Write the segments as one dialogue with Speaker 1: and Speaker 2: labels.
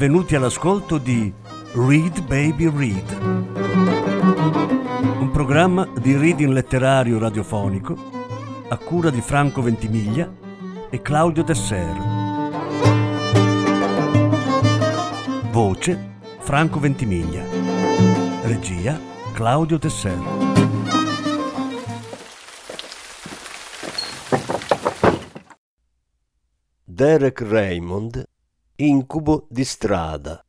Speaker 1: benvenuti all'ascolto di Read Baby Read, un programma di reading letterario radiofonico a cura di Franco Ventimiglia e Claudio Desser. Voce Franco Ventimiglia. Regia Claudio Desser.
Speaker 2: Derek Raymond, Incubo di strada.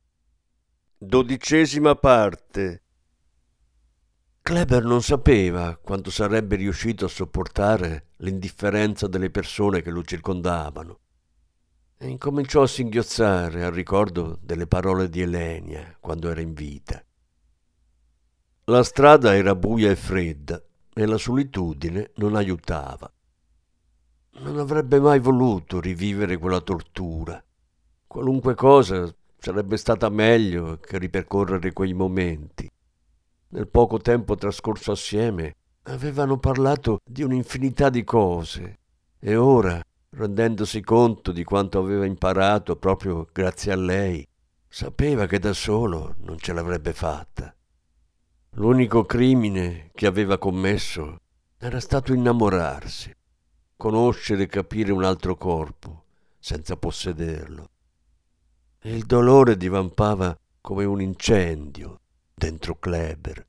Speaker 2: 12ª parte. Kleber non sapeva quanto sarebbe riuscito a sopportare l'indifferenza delle persone che lo circondavano e incominciò a singhiozzare al ricordo delle parole di Elenia quando era in vita. La strada era buia e fredda e la solitudine non aiutava. Non avrebbe mai voluto rivivere quella tortura. Qualunque cosa sarebbe stata meglio che ripercorrere quei momenti. Nel poco tempo trascorso assieme avevano parlato di un'infinità di cose e ora, rendendosi conto di quanto aveva imparato proprio grazie a lei, sapeva che da solo non ce l'avrebbe fatta. L'unico crimine che aveva commesso era stato innamorarsi, conoscere e capire un altro corpo senza possederlo. Il dolore divampava come un incendio dentro Kleber.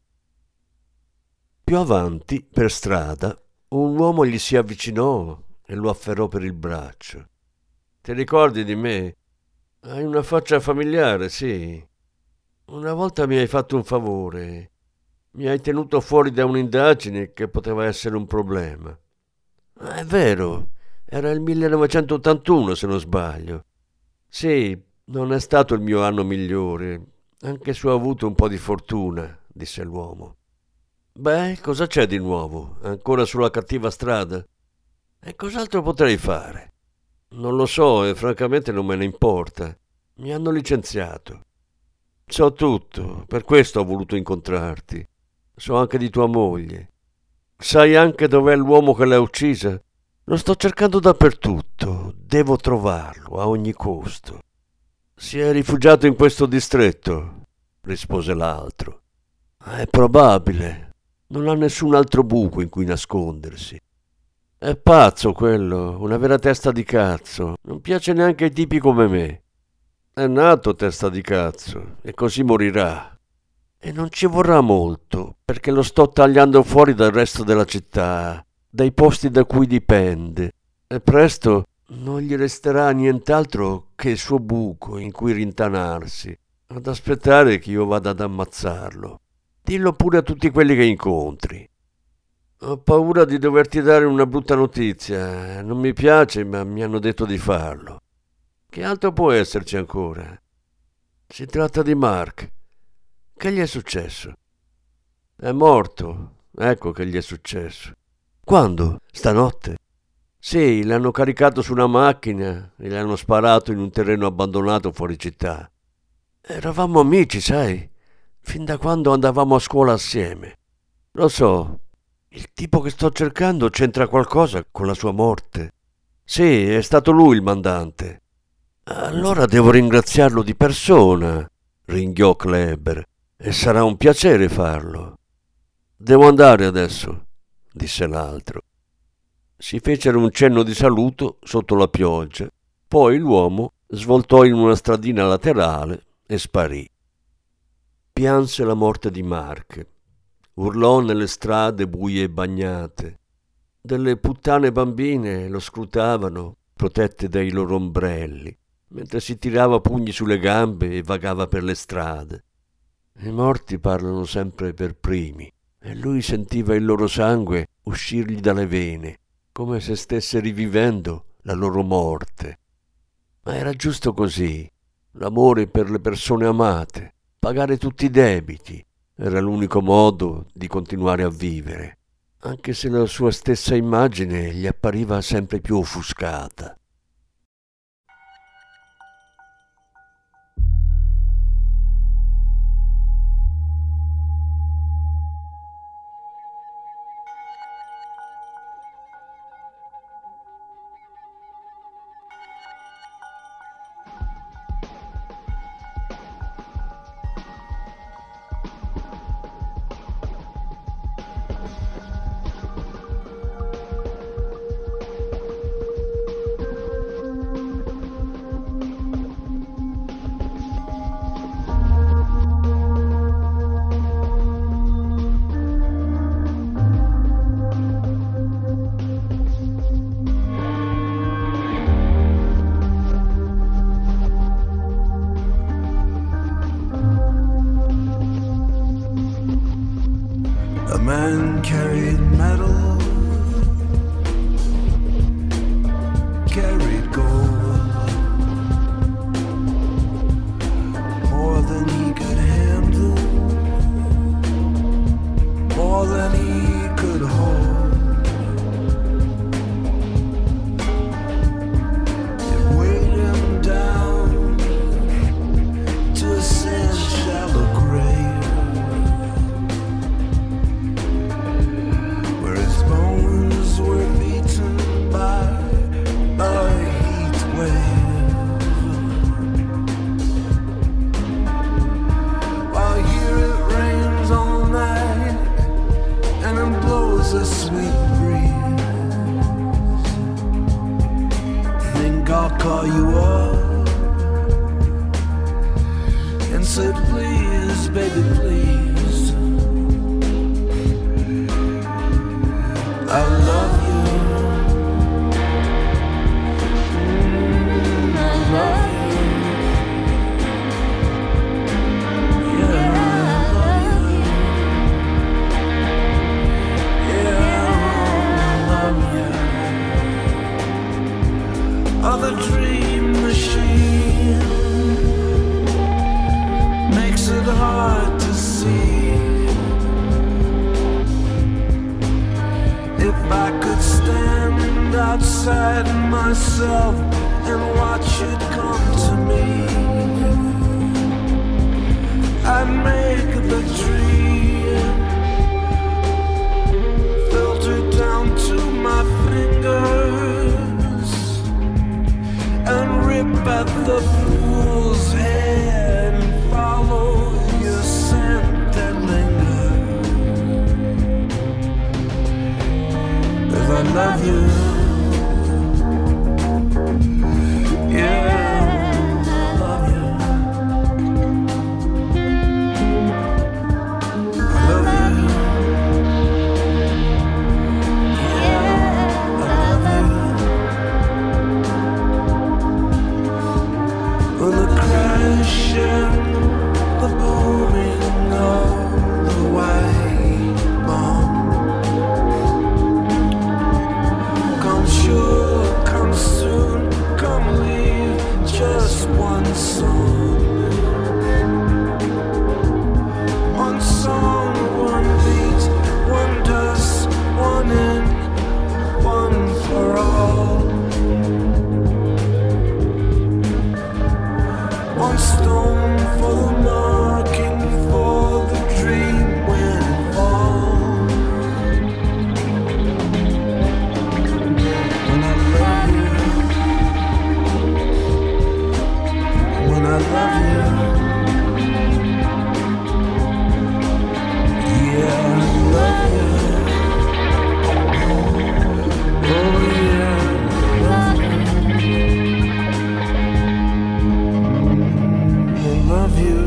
Speaker 2: Più avanti, per strada, un uomo gli si avvicinò e lo afferrò per il braccio. «Ti ricordi di me? Hai una faccia familiare, sì. Una volta mi hai fatto un favore. Mi hai tenuto fuori da un'indagine che poteva essere un problema». «È vero, era il 1981 se non sbaglio. Sì, non è stato il mio anno migliore, anche se ho avuto un po' di fortuna», disse l'uomo. «Beh, cosa c'è di nuovo? Ancora sulla cattiva strada? E cos'altro potrei fare? Non lo so e francamente non me ne importa. Mi hanno licenziato. So tutto, per questo ho voluto incontrarti. So anche di tua moglie. Sai anche dov'è l'uomo che l'ha uccisa? Lo sto cercando dappertutto. Devo trovarlo a ogni costo». «Si è rifugiato in questo distretto», rispose l'altro. «È probabile. Non ha nessun altro buco in cui nascondersi. È pazzo quello, una vera testa di cazzo. Non piace neanche ai tipi come me. È nato testa di cazzo e così morirà. E non ci vorrà molto, perché lo sto tagliando fuori dal resto della città, dai posti da cui dipende. E presto non gli resterà nient'altro che il suo buco in cui rintanarsi, ad aspettare che io vada ad ammazzarlo. Dillo pure a tutti quelli che incontri. Ho paura di doverti dare una brutta notizia. Non mi piace, ma mi hanno detto di farlo. Che altro può esserci ancora? Si tratta di Mark. Che gli è successo?» «È morto. Ecco che gli è successo». «Quando? Stanotte?» «Sì, l'hanno caricato su una macchina e gli hanno sparato in un terreno abbandonato fuori città. Eravamo amici, sai, fin da quando andavamo a scuola assieme. Lo so, il tipo che sto cercando c'entra qualcosa con la sua morte. Sì, è stato lui il mandante». «Allora devo ringraziarlo di persona», ringhiò Kleber, «e sarà un piacere farlo». «Devo andare adesso», disse l'altro. Si fecero un cenno di saluto sotto la pioggia, poi l'uomo svoltò in una stradina laterale e sparì. Pianse la morte di Mark, urlò nelle strade buie e bagnate. Delle puttane bambine lo scrutavano, protette dai loro ombrelli, mentre si tirava pugni sulle gambe e vagava per le strade. I morti parlano sempre per primi e lui sentiva il loro sangue uscirgli dalle vene, come se stesse rivivendo la loro morte. Ma era giusto così. L'amore per le persone amate, pagare tutti i debiti, era l'unico modo di continuare a vivere, anche se la sua stessa immagine gli appariva sempre più offuscata.
Speaker 3: man carried metal, carried gold, more than he could handle, more than he could hold. It weighed him down to a sand shallow grave, where his bones were beaten by a heat wave. While here it rains all night and it blows a sweet breeze, think I'll call you up and said, please, baby, please, I love you. I love you. Yeah, I love you. Yeah, I love you. Oh, the dream machine makes it hard to see. If I could stand outside myself and watch it come to me, I'd make the dream filter down to my fingers and rip at the fool's head and follow your scent and linger. 'Cause I love you. Yeah, I love you. I love you. Yeah, I love you. When the crash and the booming of the white bomb come sure, come soon, come leave just one song, one beat, one dust, one in, one for all, one stone for the marking for the dream when it falls. When I love you, when I love you, yeah, I love you. Oh yeah, I love you. I love you.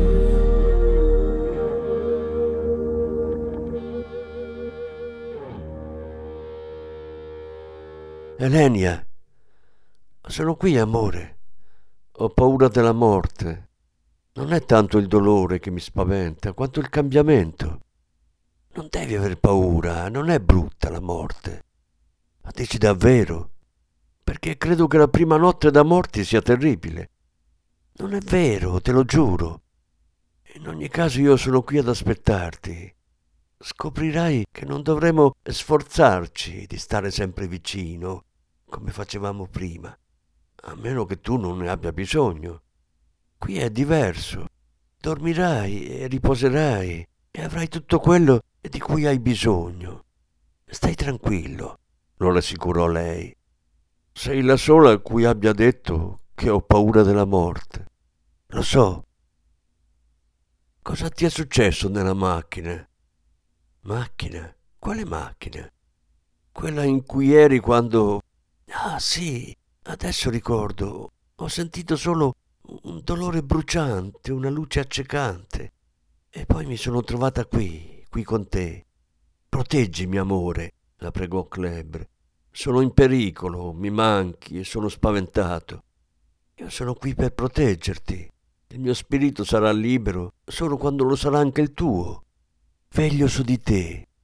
Speaker 2: Elenia, sono qui, amore. Ho paura della morte. Non è tanto il dolore che mi spaventa, quanto il cambiamento. Non devi aver paura, non è brutta la morte. Ma dici davvero? Perché credo che la prima notte da morti sia terribile. Non è vero, te lo giuro. In ogni caso io sono qui ad aspettarti. Scoprirai che non dovremo sforzarci di stare sempre vicino, come facevamo prima, a meno che tu non ne abbia bisogno. Qui è diverso. Dormirai e riposerai e avrai tutto quello di cui hai bisogno. Stai tranquillo, lo rassicurò lei. Sei la sola a cui abbia detto che ho paura della morte. Lo so. Cosa ti è successo nella macchina? Macchina? Quale macchina? Quella in cui eri quando... Ah, sì, adesso ricordo. Ho sentito solo un dolore bruciante, una luce accecante. E poi mi sono trovata qui con te. Proteggimi, amore, la pregò Kleber. Sono in pericolo, mi manchi e sono spaventato. Io sono qui per proteggerti. Il mio spirito sarà libero solo quando lo sarà anche il tuo. Veglio su di te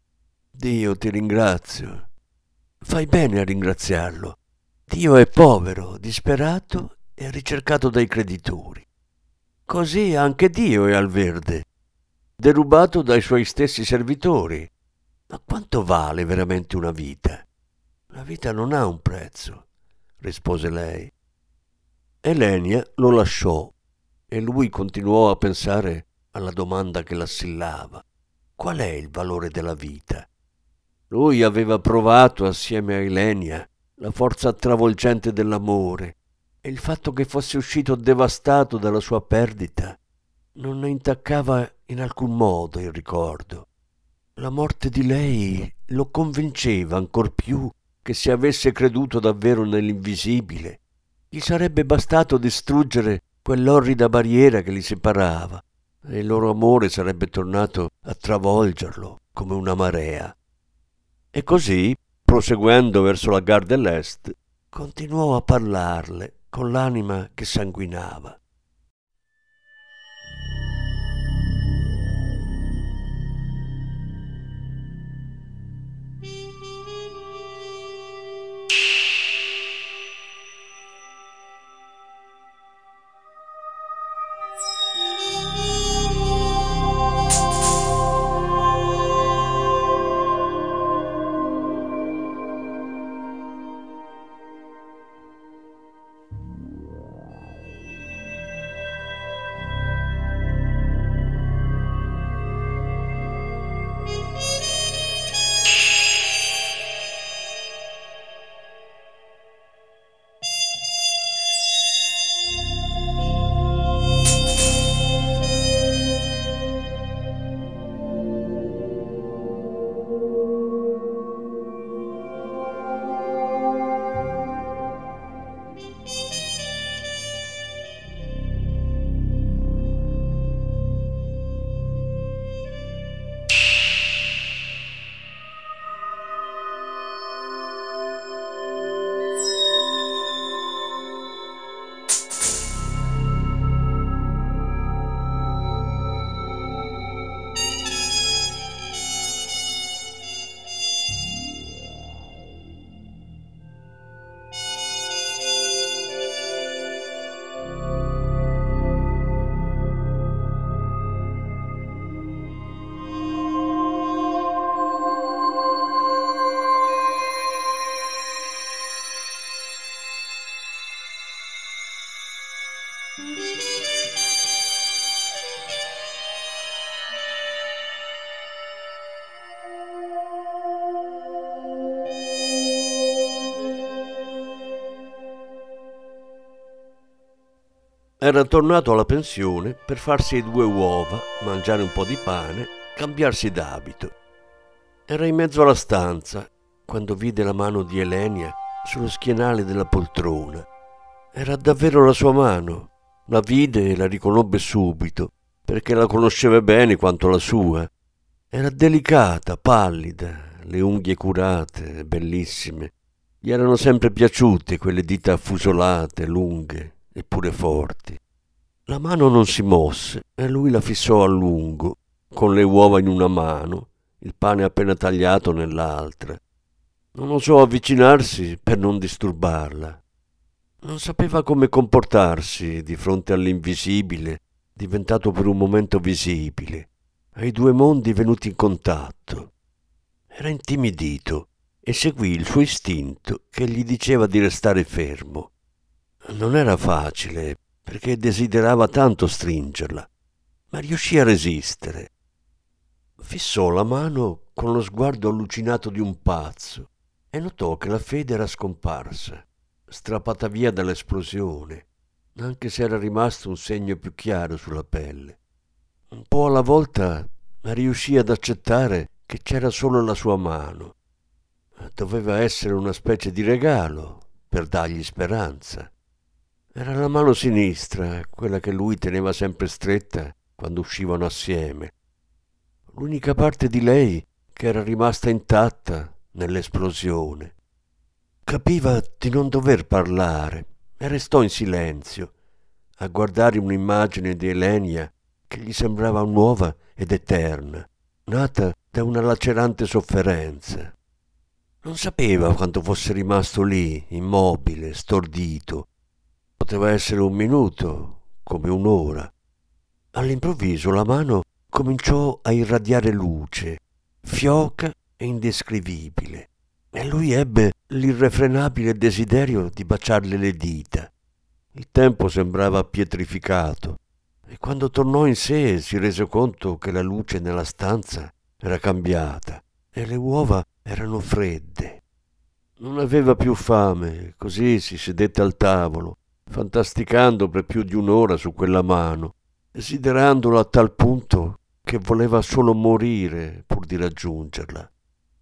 Speaker 2: Dio, ti ringrazio. Fai bene a ringraziarlo. Dio è povero, disperato e ricercato dai creditori. Così anche Dio è al verde, derubato dai suoi stessi servitori. Ma quanto vale veramente una vita? La vita non ha un prezzo, rispose lei. Elenia lo lasciò e lui continuò a pensare alla domanda che l'assillava. Qual è il valore della vita? Lui aveva provato assieme a Elenia la forza travolgente dell'amore e il fatto che fosse uscito devastato dalla sua perdita non ne intaccava in alcun modo il ricordo. La morte di lei lo convinceva ancor più che se avesse creduto davvero nell'invisibile, gli sarebbe bastato distruggere quell'orrida barriera che li separava e il loro amore sarebbe tornato a travolgerlo come una marea. E così, proseguendo verso la Gare de l'Est, continuò a parlarle con l'anima che sanguinava. Era tornato alla pensione per farsi 2 uova, mangiare un po' di pane, cambiarsi d'abito. Era in mezzo alla stanza quando vide la mano di Elenia sullo schienale della poltrona. Era davvero la sua mano. La vide e la riconobbe subito, perché la conosceva bene quanto la sua. Era delicata, pallida, le unghie curate, bellissime. Gli erano sempre piaciute quelle dita affusolate, lunghe, eppure forti. La mano non si mosse e lui la fissò a lungo, con le uova in una mano, il pane appena tagliato nell'altra. Non osò avvicinarsi per non disturbarla. Non sapeva come comportarsi di fronte all'invisibile, diventato per un momento visibile, ai 2 mondi venuti in contatto. Era intimidito e seguì il suo istinto che gli diceva di restare fermo. Non era facile, perché desiderava tanto stringerla, ma riuscì a resistere. Fissò la mano con lo sguardo allucinato di un pazzo e notò che la fede era scomparsa, strappata via dall'esplosione, anche se era rimasto un segno più chiaro sulla pelle. Un po' alla volta riuscì ad accettare che c'era solo la sua mano. Doveva essere una specie di regalo per dargli speranza. Era la mano sinistra, quella che lui teneva sempre stretta quando uscivano assieme. L'unica parte di lei che era rimasta intatta nell'esplosione. Capiva di non dover parlare e restò in silenzio, a guardare un'immagine di Elenia che gli sembrava nuova ed eterna, nata da una lacerante sofferenza. Non sapeva quanto fosse rimasto lì, immobile, stordito. Poteva essere un minuto, come un'ora. All'improvviso la mano cominciò a irradiare luce, fioca e indescrivibile, e lui ebbe l'irrefrenabile desiderio di baciarle le dita. Il tempo sembrava pietrificato, e quando tornò in sé si rese conto che la luce nella stanza era cambiata e le uova erano fredde. Non aveva più fame, così si sedette al tavolo, fantasticando per più di un'ora su quella mano, desiderandola a tal punto che voleva solo morire pur di raggiungerla.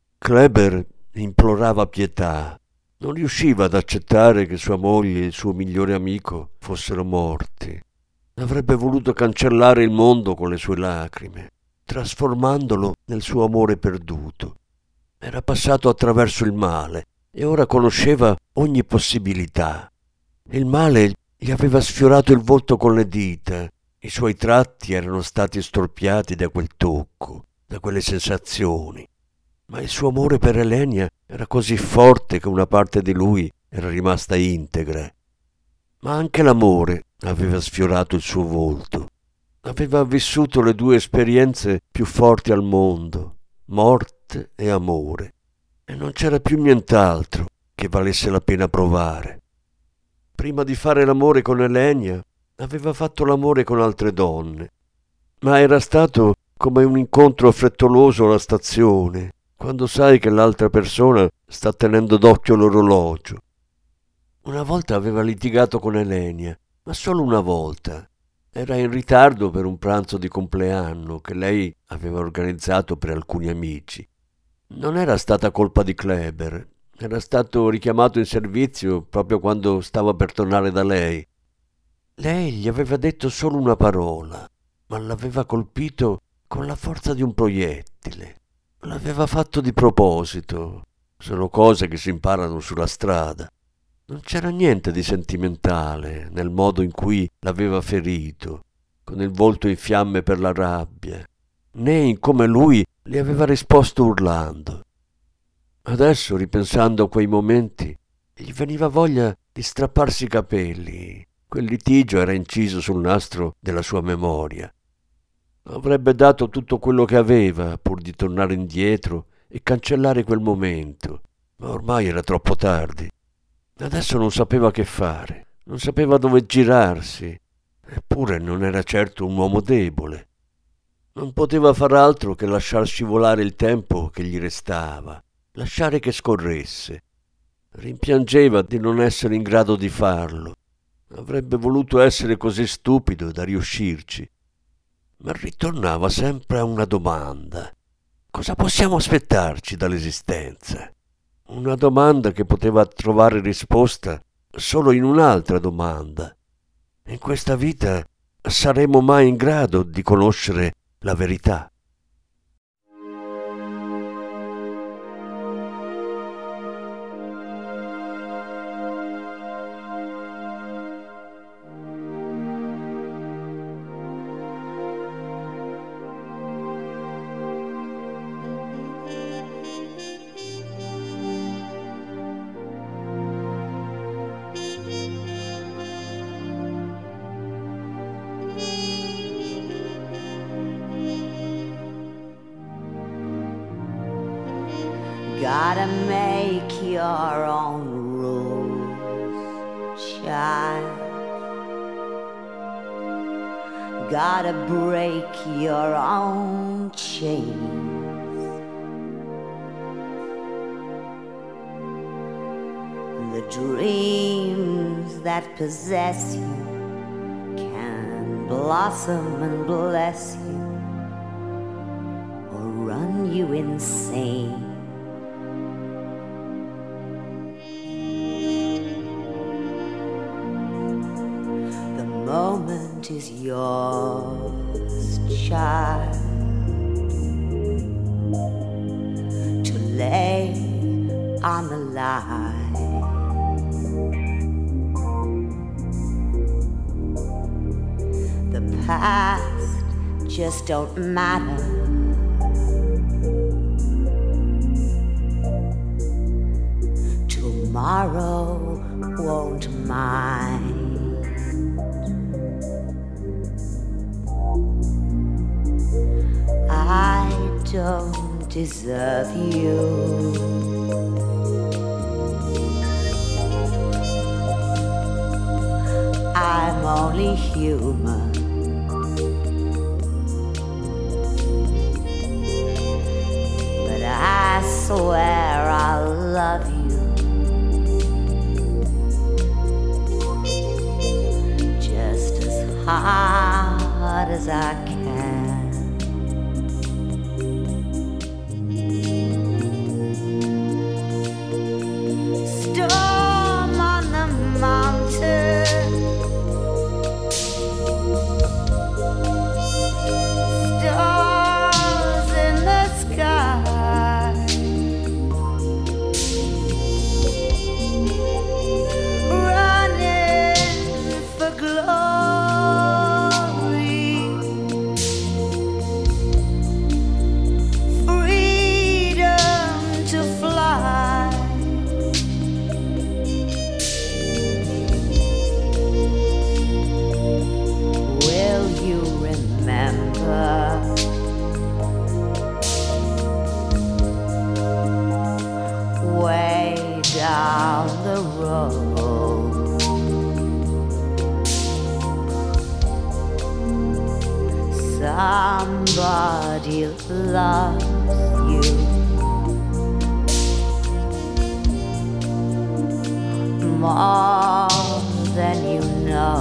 Speaker 2: Kleber implorava pietà. Non riusciva ad accettare che sua moglie e il suo migliore amico fossero morti. Avrebbe voluto cancellare il mondo con le sue lacrime, trasformandolo nel suo amore perduto. Era passato attraverso il male e ora conosceva ogni possibilità. Il male gli aveva sfiorato il volto con le dita, i suoi tratti erano stati storpiati da quel tocco, da quelle sensazioni. Ma il suo amore per Elenia era così forte che una parte di lui era rimasta integra. Ma anche l'amore aveva sfiorato il suo volto. Aveva vissuto le due esperienze più forti al mondo, morte e amore, e non c'era più nient'altro che valesse la pena provare. Prima di fare l'amore con Elenia, aveva fatto l'amore con altre donne, ma era stato come un incontro frettoloso alla stazione, quando sai che l'altra persona sta tenendo d'occhio l'orologio. Una volta aveva litigato con Elenia, ma solo una volta. Era in ritardo per un pranzo di compleanno che lei aveva organizzato per alcuni amici. Non era stata colpa di Kleber, era stato richiamato in servizio proprio quando stava per tornare da lei. Lei gli aveva detto solo una parola, ma l'aveva colpito con la forza di un proiettile. L'aveva fatto di proposito. Sono cose che si imparano sulla strada. Non c'era niente di sentimentale nel modo in cui l'aveva ferito, con il volto in fiamme per la rabbia, né in come lui le aveva risposto urlando. Adesso, ripensando a quei momenti, gli veniva voglia di strapparsi i capelli. Quel litigio era inciso sul nastro della sua memoria. Avrebbe dato tutto quello che aveva pur di tornare indietro e cancellare quel momento, ma ormai era troppo tardi. Adesso non sapeva che fare, non sapeva dove girarsi, eppure non era certo un uomo debole. Non poteva far altro che lasciar scivolare il tempo che gli restava, lasciare che scorresse. Rimpiangeva di non essere in grado di farlo. Avrebbe voluto essere così stupido da riuscirci. Ma ritornava sempre a una domanda. Cosa possiamo aspettarci dall'esistenza? Una domanda che poteva trovare risposta solo in un'altra domanda. In questa vita saremo mai in grado di conoscere la verità?
Speaker 4: Gotta make your own rules, child. Gotta break your own chains. The dreams that possess you can blossom and bless you or run you insane. Moment is yours, child, to lay on the line. The past just don't matter tomorrow won't mind. I don't deserve you. I'm only human. But I swear I'll love you just as hard as I can. Storm on the mountain, stars in the sky, running for glory, freedom to fly. Will you remember way down the road somebody loves you more than you know?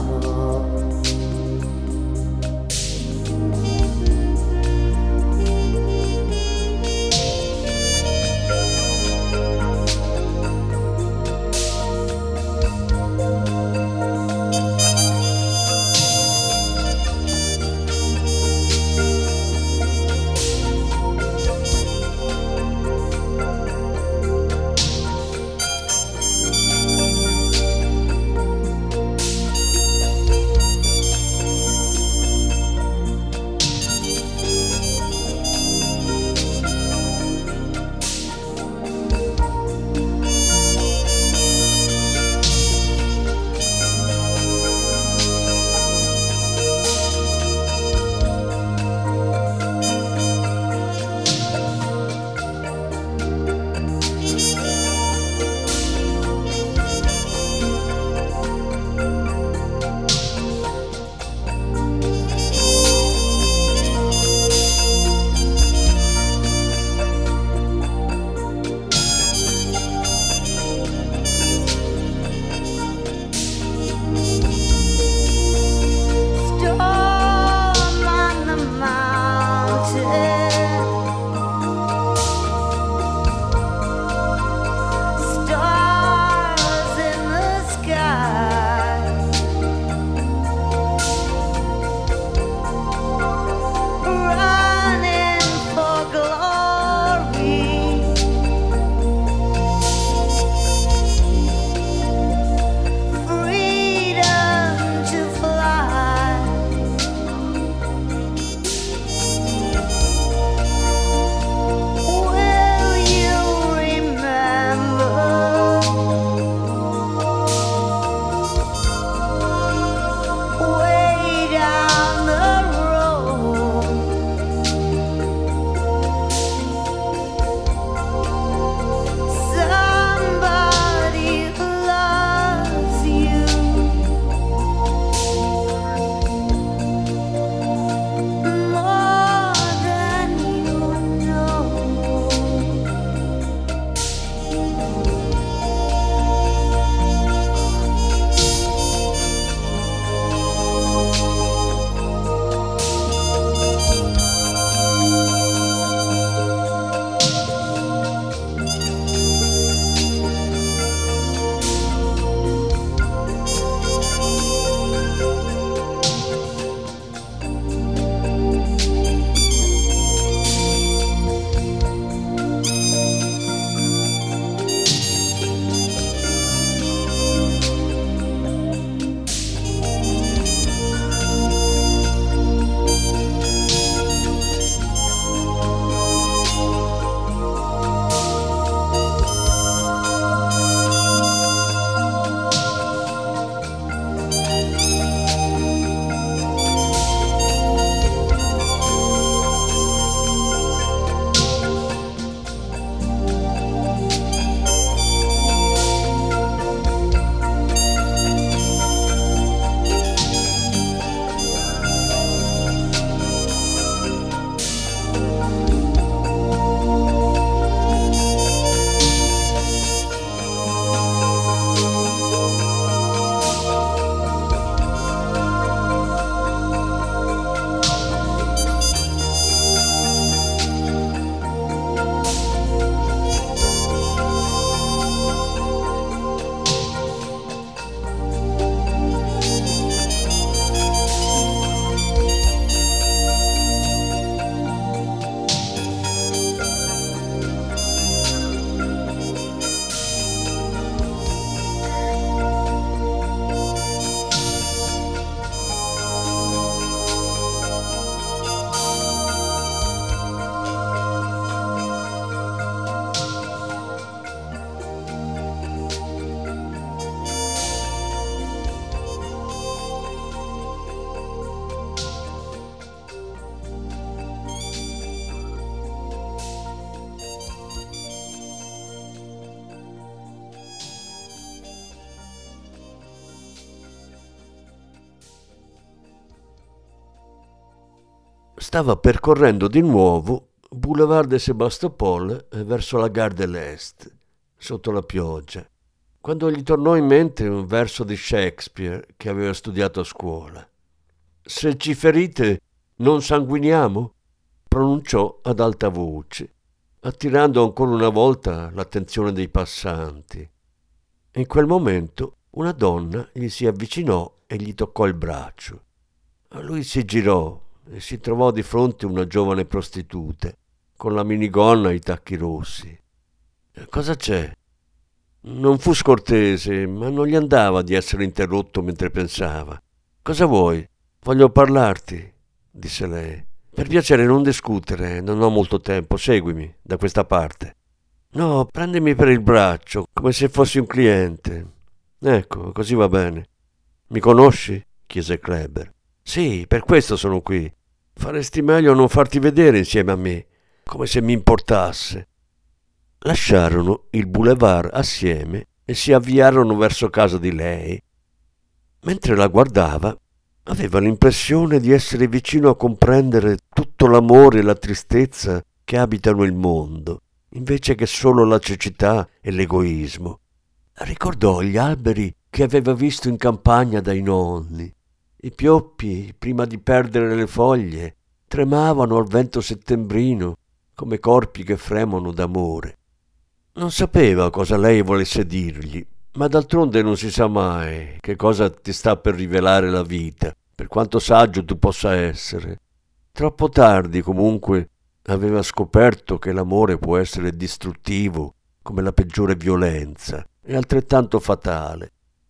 Speaker 2: stava percorrendo di nuovo Boulevard de Sébastopol verso la Gare de l'Est, sotto la pioggia, quando gli tornò in mente un verso di Shakespeare che aveva studiato a scuola. «Se ci ferite, non sanguiniamo?» pronunciò ad alta voce, attirando ancora una volta l'attenzione dei passanti. In quel momento una donna gli si avvicinò e gli toccò il braccio. Lui si girò e si trovò di fronte una giovane prostituta con la minigonna e i tacchi rossi. «Cosa c'è?» Non fu scortese, ma non gli andava di essere interrotto mentre pensava. «Cosa vuoi?» «Voglio parlarti», disse lei. «Per piacere, non discutere, non ho molto tempo, seguimi da questa parte». «No, prendimi per il braccio, come se fossi un cliente». «Ecco, così va bene». «Mi conosci?» chiese Kleber. «Sì, per questo sono qui. Faresti meglio a non farti vedere insieme a me, come se mi importasse». Lasciarono il boulevard assieme e si avviarono verso casa di lei. Mentre la guardava, aveva l'impressione di essere vicino a comprendere tutto l'amore e la tristezza che abitano il mondo, invece che solo la cecità e l'egoismo. Ricordò gli alberi che aveva visto in campagna dai nonni. I pioppi, prima di perdere le foglie, tremavano al vento settembrino come corpi che fremono d'amore. Non sapeva cosa lei volesse dirgli, ma d'altronde non si sa mai che cosa ti sta per rivelare la vita, per quanto saggio tu possa essere. Troppo tardi, comunque, aveva scoperto che l'amore può essere distruttivo come la peggiore violenza e altrettanto fatale.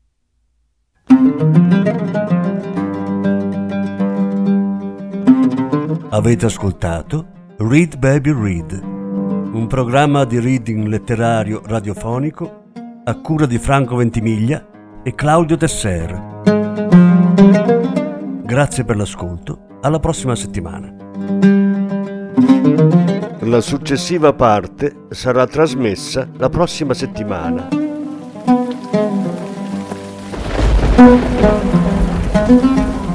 Speaker 1: Avete ascoltato Read Baby Read, un programma di reading letterario radiofonico a cura di Franco Ventimiglia e Claudio Tesser. Grazie per l'ascolto, alla prossima settimana.
Speaker 2: La successiva parte sarà trasmessa la prossima settimana.